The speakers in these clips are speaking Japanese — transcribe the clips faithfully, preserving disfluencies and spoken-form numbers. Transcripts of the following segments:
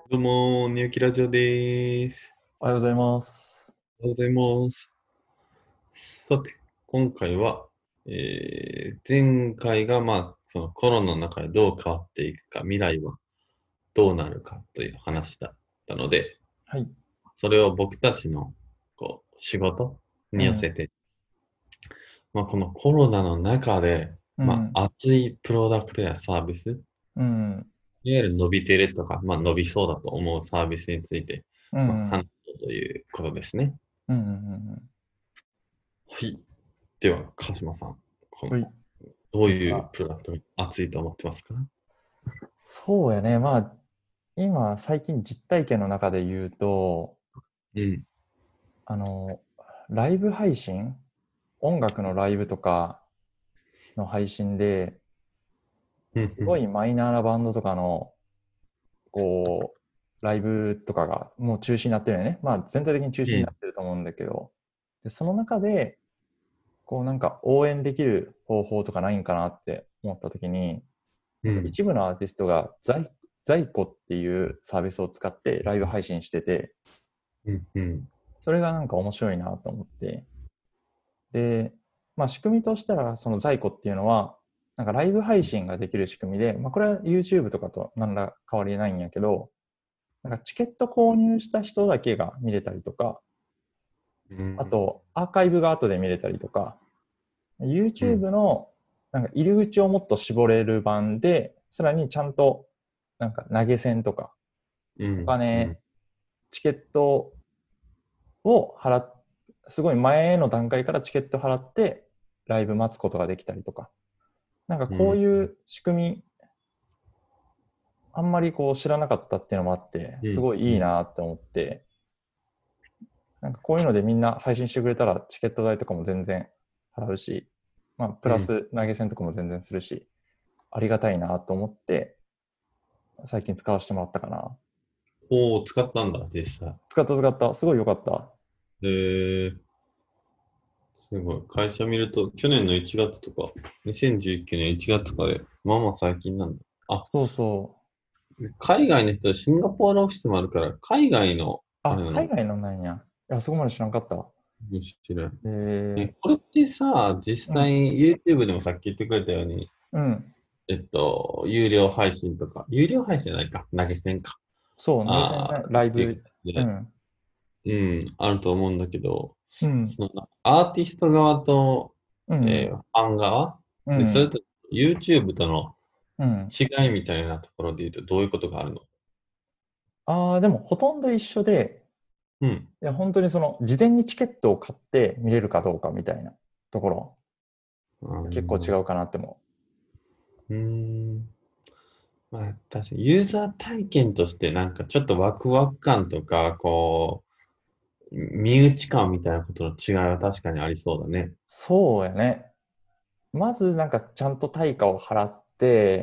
どうも、ニューキラジオでーす。 おはようございます。 おはようございます。さて、今回は、えー前回が、まあ、そのコロナの中でどう変わっていくか、未来はどうなるかという話だったので、 はい。 それを僕たちのこう仕事うん。 に寄せて、まあ、このコロナの中で、まうん。 あ、熱いプロダクトやサービス、 うん。 いわゆる伸びてるとか、まあ、伸びそうだと思うサービスについて、まあ、 うん。 話そうということですね。 うん。うん。 はい。では、鹿島さん、この、 はい。 どういうじゃあ、 プロダクトに熱いと思ってますか？ そうやね。まあ、今、最近実体験の中で言うと、 うん。 あの、ライブ配信、音楽のライブとかの配信で、 うん、 すうん、 ごいマイナーなバンドとかの、こう、ライブとかがもう中止になってるよね。まあ、全体的に中止になうん、 ってると思うんだけど、で、その中で、こうなんか応援できる方法とかないんかなって思った時に、なんかうん、 一部のアーティストが在在庫っていうサービスを使ってライブ配信してて、 うん、うん、 それがなんか面白いなと思って、で、まあ仕組みとしたらその在庫っていうのは、なんかライブ配信ができる仕組みで、まあこれは YouTube とかと何ら変わりないんやけど、なんかチケット購入した人だけが見れたりとか、 うん、 あとアーカイブが後で見れたりとか、 うん、 YouTube のなんか入り口をもっと絞れる版で、さらにちゃんとなんか投げ銭とか、おうん、うん、 金、チケットを払っ、すごい前の段階からチケット払ってライブ待つことができたりとか、なんかうん、 こういう仕組み、あんまりこう知らなかったっていうのもあって、 うん、 すごいいいうん。 なって思って、なんかこういうのでみんな配信してくれたらチケット代とかも全然払うし、まあプラス投げ銭とかも全然するし、ありがたいなと思って最近使わせてもらったかな。 おー、使ったんだ、実際。 使った使った。すごい良かった。 えー、すごい。会社見ると、去年のいちがつとか、にせんじゅうきゅうねんいちがつとかで、まあまあ最近なんだ。あ、 そうそう。 海外の人、シンガポールオフィスもあるから、海外の、あれあ、 なのか海外のなんや。いや、そこまで知らんかった。 もしれない。 えー、 え、これってさ、実うん、 際に YouTube でもさっき言ってくれたように、 うん。 えっと、有料配信とか、有料配信じゃないか、投げ銭か。 そう、投げ銭ね、 ああ、っていうライブ。 感じで、 うん、 うん、あると思うんだけど、 うん、 そのアーティスト側と、 うん、 えーファン側で、それうん、 と YouTube とのうん。 違いみたいなところで言うと、どういうことがあるの？ ああ、でもほとんど一緒で、 うん。 いや、本当にその、事前にチケットを買って見れるかどうかみたいなところ、 あ結構違のうかなって思うーん。まあ、確かにユーザー体験としてなんかちょっとワクワク感とか、こう、身内感みたいなことの違いは確かにありそうだね。 そうやね。まずなんかちゃんと対価を払って、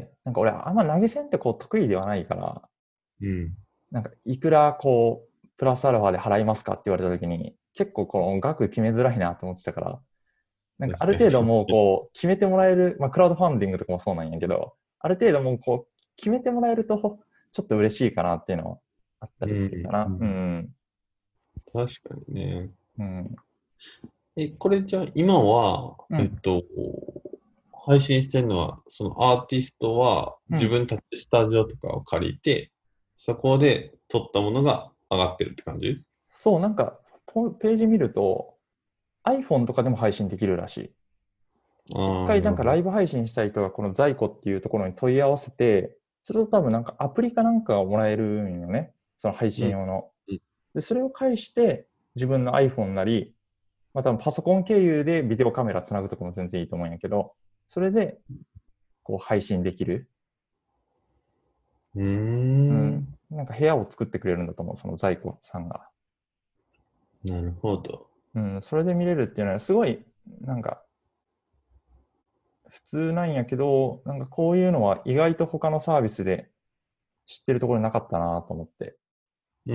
なんか俺あんま投げ銭ってこう得意ではないから、 うん。 なんかいくらこう、プラスアルファで払いますかって言われたときに、結構この額決めづらいなと思ってたから、なんかあ確かにる程度そうね。 もうこう、決めてもらえる、まあクラウドファンディングとかもそうなんやけど、ある程度もうこう、決めてもらえると、ちょっと嬉しいかなっていうのはあったりするかうん、うな。うん。 ん。 確かにね。 うん。 え、これじゃあ今は、 うん。 えっと、配信してるのは、そのアーティストはうん。 自分たちでスタジオとかを借りて、そこで撮ったものが上がってるって感じ？ そう、なんか、ポページ見ると、iPhone とかでも配信できるらしい。一ああー、 回なんかラなるほど。 イブ配信したい人がこの在庫っていうところに問い合わせて、すると多分なんかアプリかなんかがもらえるんよね。その配うん、 信用の。 うん、 で、それを介して自分の iPhone なり、またパソコン経由でビデオカメラつなぐとかも全然いいと思うんやけど、それでこう配信できる。 うーうん。 ん、 なんか部屋を作ってくれるんだと思う、その在庫さんが。 なるほど。 うん。それで見れるっていうのはすごい、なんか普通なんやけど、なんかこういうのは意外と他のサービスで知ってるところなかったなと思って。 うん、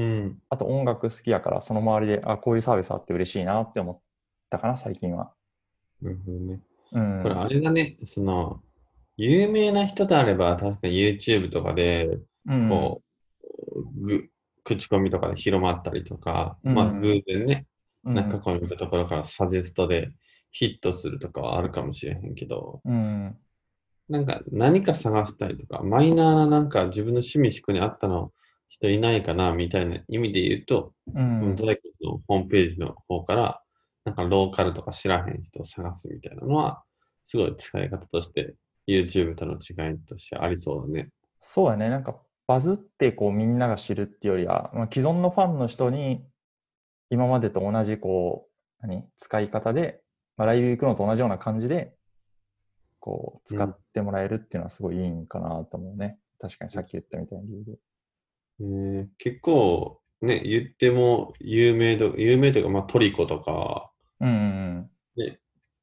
あと音楽好きやから、その周りで、あ、こういうサービスあって嬉しいなって思ったかな、最近は。 なるほどね。これうん。 あれだね、その、有名な人であれば確かに YouTube とかで、 うん。 こう、 ぐ口コミとかで広まったりとか、 うんまあ偶然ね、なんかうんこう見たところからサジェストでヒットするとかはあるかもしれへんけど、 うんなんか何か探したりとか、マイナーななんか自分の趣味嗜好に合ったの人いないかなみたいな意味で言うと、 うん在庫のホームページの方から、なんかローカルとか知らへん人を探すみたいなのは、すごい使い方として YouTube との違いとしてありそうだね。 そうやね。なんかバズってこうみんなが知るっていうよりは、まあ、既存のファンの人に今までと同じこう、何使い方で、まあ、ライブ行くのと同じような感じで、こう使ってもらえるっていうのはすごいいいんかなと思うね。確かにさっき言ったみたいな理由で。 えー結構ね、言っても有名ど、有名というか、まあトリコとか、 うんうんね、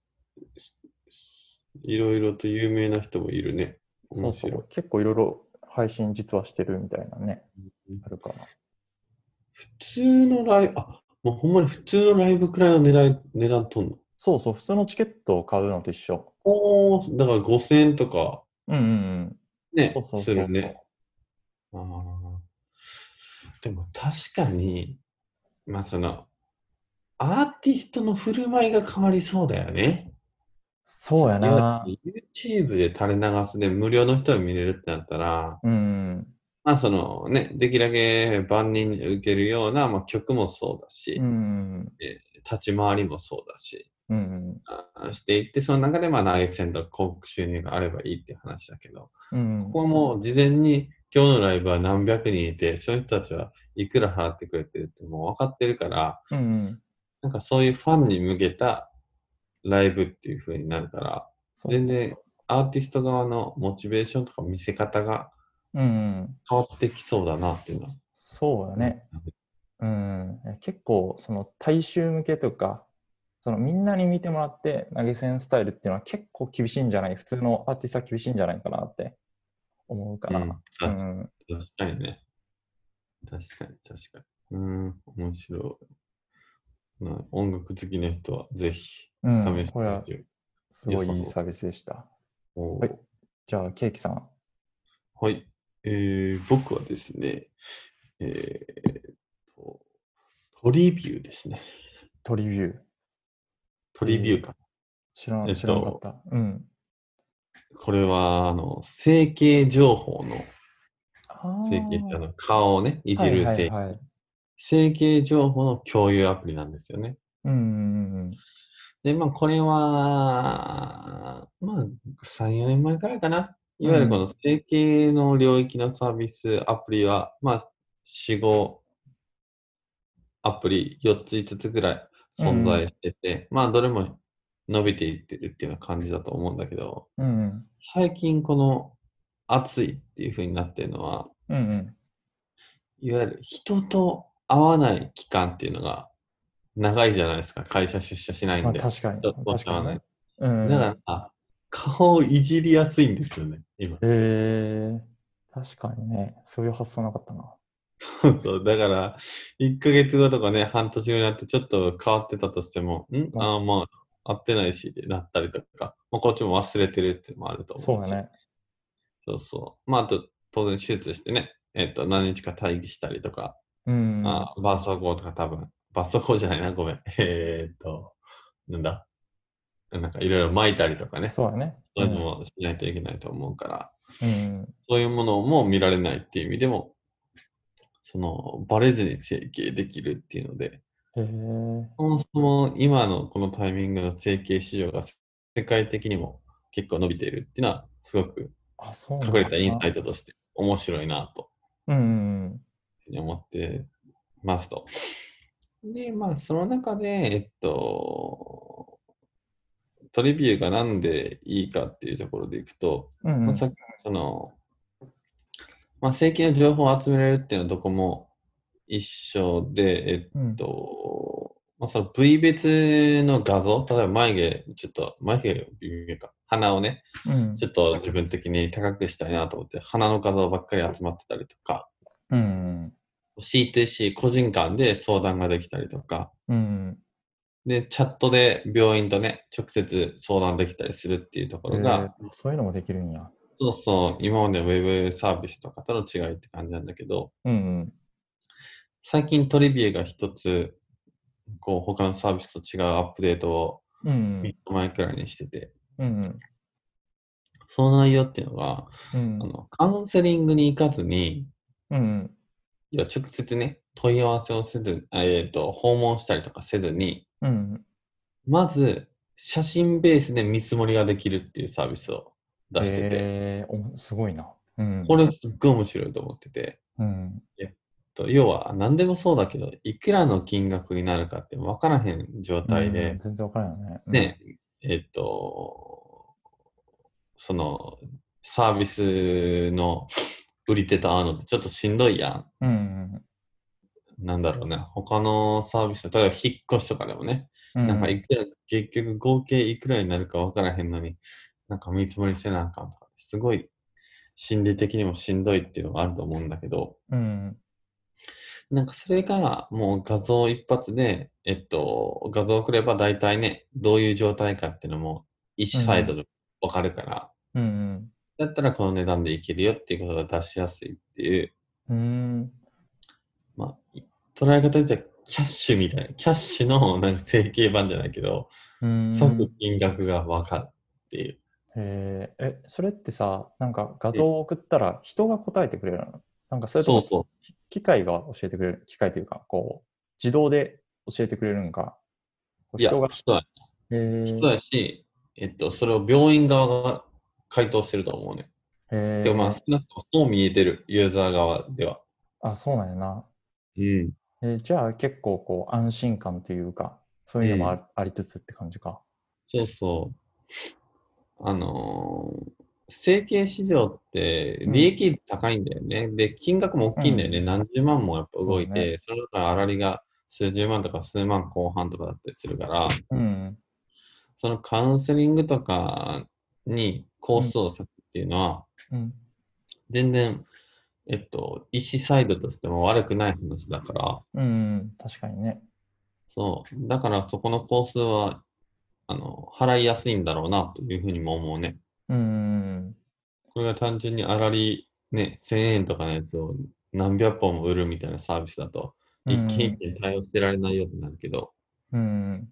いろいろと有名な人もいるね。 うん。そうそ面白い。 う。結構いろいろ配信実はしてるみたいなね、あるから。 普通のライブ、あ、もうほんまに普通のライブくらいの値段、値段とんの？ そうそう。普通のチケットを買うのと一緒。 おー、だからごせんえんとかうんうんうん。そうね、 そうするね。 そうそあーでも確かに、まあその、アーティストの振る舞いが変わりそうだよね。 そうやいわな。 ゆる YouTube で垂れ流すで無料の人に見れるってなったら、 うん。 まあそのね、できるだけ万人に受けるような、まあ、曲もそうだうし、 ん。 えー立ち回りもそうだし、 うん。 あしていって、その中でまあ投げ銭とか広告収入があればいいっていう話だけど、ここうん。 はもう事前に今日のライブは何百人いて、そういう人たちはいくら払ってくれてるってもう分かってるから、 うん。 なんかそういうファンに向けたライブっていう風になるから、 そうそう全然アーティスト側のモチベーションとか見せ方がうん。 変わってきそうだなっていうのは。うん、 そうだね。うん。結構、その大衆向けとか、そのみんなに見てもらって投げ銭スタイルっていうのは結構厳しいんじゃない、普通のアーティストは厳しいんじゃないかなって思うかうん、 な。う確ん。 確かにね。確かに、確かに。うん、面白い。な音楽好きな人はぜひ試うん。 してこれはみてすごい良さそいいサービスでした。 う。 はい。 おじゃあ、ケーキさん、 ーはい。えー、僕はですね、えーと、トリビューですね。 トリビュー。 トえー、 リビューか。 知らん、 えっ知らんかっと、 た。うん。 これは、あの、整形情報の、整形ってああの、顔をね、いあ、はいはいじる整はい。 整形情報の共有アプリなんですよね。 うんうんで、まあ、これは、まあ、さん、よねんまえくらいかな。いうん。 わゆるこのうん。 整形の領域のサービス、アプリは、まあ、よん、ごアプリ、よっつ、いつつぐらい存在うんしてて、まあ、どれも伸びていってるっていうような感じだと思うんだけど、 うん。 最近この熱いっていう風になってるのは、 うんうん。 いわゆる人と会わない期間っていうのが長いじゃないですか。会社出社しないまあんで。 確かに、 人と会わない。 確かにね。うんうん。 だから、顔をいじりやすいんですよね、今。 えー、確かにね。そういう発想なかったな。 そうそう。だから、いっかげつごとかね、半年後になってちょっと変わってたとしても、んまあ、 ああ、まあ、会ってないし、ってなったりとか、まあ、こっちも忘れてるっていうのもあると思うし。 そうだね。 そうそう。まあ、あと、当然手術してね、えっと、何日か待機したりとか、 うん。 あー、絆創膏とか多分、絆創膏じゃないな、ごめん。えーっと、なんだ。なんかいろいろ巻いたりとかね、 そうだね。 そういうのうん。 もしないといけないと思うから、 うん。 そういうものも見られないっていう意味でも、その、バレずに整形できるっていうので、 へえ。 そもそも今のこのタイミングの整形市場が世界的にも結構伸びているっていうのは、すごくあ、そう隠なんやれたインサな。 イトとして面白いなとうん。 思ってますと。で、まあ、その中で、えっと、トリビューがなんでいいかっていうところでいくと、まあ、 うんうん。 さっきその、まあ、正規の情報を集められるっていうのはどこも一緒で、えっうん。 と、まあ、その部位別の画像、例えば眉毛、ちょっと、眉毛微妙か、鼻をね、 うん。 ちょっと自分的に高くしたいなと思って、鼻の画像ばっかり集まってたりとか、 うん。 シーツーシー 個人間で相談ができたりとか、 うん。 で、チャットで病院とね、直接相談できたりするっていうところが、 えー、そういうのもできるんや。 そうそう、今までのウェブサービスとかとの違いって感じなんだけど、 うんうん。 最近トリビエが一つ、こう、他のサービスと違うアップデートを3 うん日前くらいにしてて、 うん。うんその内容っていうのが、 うん。 あの、カウンセリングに行かずに、 うんうん。 いや、直接ね、問い合わせをせず、あえっと、訪問したりとかせずに、 うん。 まず、写真ベースで見積もりができるっていうサービスを出してて、 えー、お、すごいな。うん。 これすっごい面白いと思ってて、 うん。 えっと、要は何でもそうだけど、いくらの金額になるかって分からへん状うん。 態で、 全然わからんよね。うん。 ね、えっと、その、サービスの売り手と会うのってちょっとしんどいやん。 うん。 なんだろうね。他のサービス、例えば引っ越しとかでもね、 うん。 なんかいくら、結局合計いくらになるか分からへんのに、なんか見積もりせなあかんとか、すごい心理的にもしんどいっていうのがあると思うんだけど、 うん。 なんかそれがもう画像一発で、えっと、画像を送れば大体ね、どういう状態かっていうのも、一うん。 サイドでわかるから、 うん。 だったらこの値段でいけるよっていうことが出しやすいっていう、 うん。 まあ、い捉え方によってはキャッシュみたいな、キャッシュのなんか整形版じゃないけど、 うん。 即金額がわかるっていう。 えー、え、それってさ、なんか画うん、 像を送ったら人が答えてくれるの？なんかそれともきそうそ機械が教えてくれる、機械というか、こう、自動で教えてくれるのか、こうう。いや、 人が、 人は、 え人ー、 だし、えっと、それを病院側が回答してると思うね。でもまあ、少えなくともそう見えてる、ユーザー側では。 ー、あ、そうなんやな。 うん。 えーじゃあ結構こう安心感というか、そういうのもあうん。 りありつつって感じか。 そうそう。あのー整形市場ってうん。 利益高いんだよね。で、金額も大うきいんだよね。 ん。 何十万もやっぱ動そうね。 いて、その中から粗利が数十万とか数万後半とかだったりするから、 うん。 そのカウンセリングとかにコうん。 ースを割くっていうのは、 うん。 全然、えっと、医師サイドとしても悪くない話だから、 うん。確かにね。 そう。だからそこのコースは、あの、払いやすいんだろうなというふうにも思うね。 うん。 これが単純に粗利ね、せんえんとかのやつを何百本も売るみたいなサービスだと、 う一件一ん。 件対応してられないよってなるけど、 うん。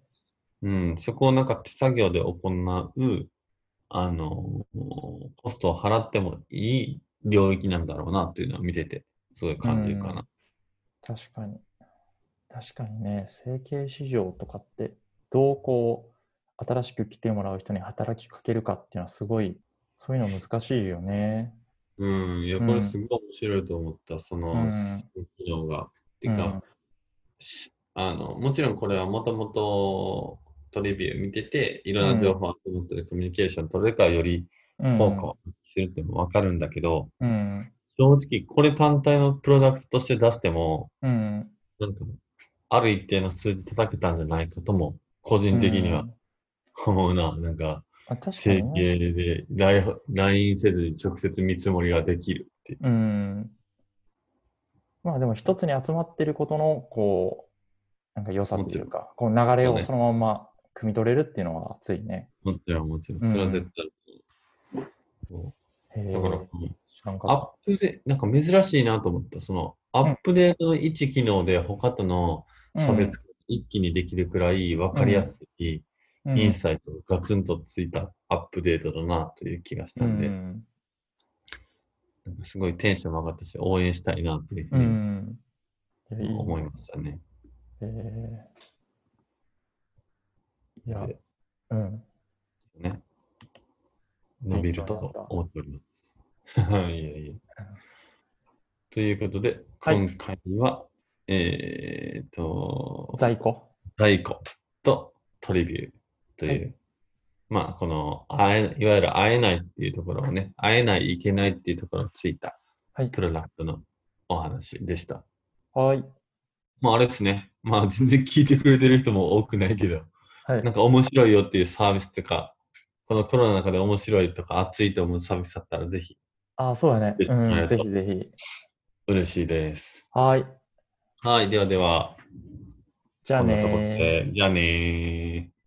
うん、そこをなんか手作業で行う、あの、コストを払ってもいい領域なんだろうなっていうのは見てて、すごいう感じるかな。 ん。確かに。確かにね、整形市場とかって、どうこう、新しく来てもらう人に働きかけるかっていうのはすごい、そういうの難しいよね。 うん、いや、 うん。 これすごい面白いと思った、そうの、機ん。 能が。てうん。 か、しあの、もちろんこれはもともとトリビュー見てて、いろんな情うん。 報を集まってコミュニケーション取れるからよりうん。 効果を発揮するっていうのもわかるんだけど、 うん。 正直これ単体のプロダクトとして出しても、 うん。 なんか、ある一定の数字叩けたんじゃないかとも、個う人的にはん。 思うな。なんか、 あ、確か整にね。 形でライン ライン せずに直接見積もりができるっていう。 うん。まあでも一つに集まっていることの、こう、なんか良さもちろん。 というか、こう流れそうね。 をそのまま汲み取れるっていうのは熱いね。 もちろん、もちろん。それは絶うん。 対そう。だから、 へえ、 この知らんかっアッた。 プで、なんか珍しいなと思った。その、アうん。 ップデートのいち機能で他とのうん。 差別化が一気にできるくらい分かりやうん。 すいうん。 インサイトがガツンとついたアップデートだなという気がしうたんで、 ん。 なんかすごいテンションも上がったし、応援したいなというふううにん。いや、いい思いね。 ましたね。 えー、いや、 で、 うん。 ね、伸勉びると強になった。 思っております。いやいや。ということで、 はい。 今回は、えーと、 在庫。 在庫とトリビューとはい。 いう、まあ、この、会え、いわゆる会えないっていうところをね、会えない、いけないっていうところについたはい。 プロダクトのお話でした。 はい。 まあ、あれですね。まあ、全然聞いてくれてる人も多くないけど、 はい。 なんか面白いよっていうサービスとか、このコロナの中で面白いとか熱いと思うサービスだったらぜひ、 あ、そうだね。 言っうん。ぜてもらえるとひぜひ。 嬉しいです。 はい。 はい。ではでは、 じゃあこんなところねー。 で、じゃあねー。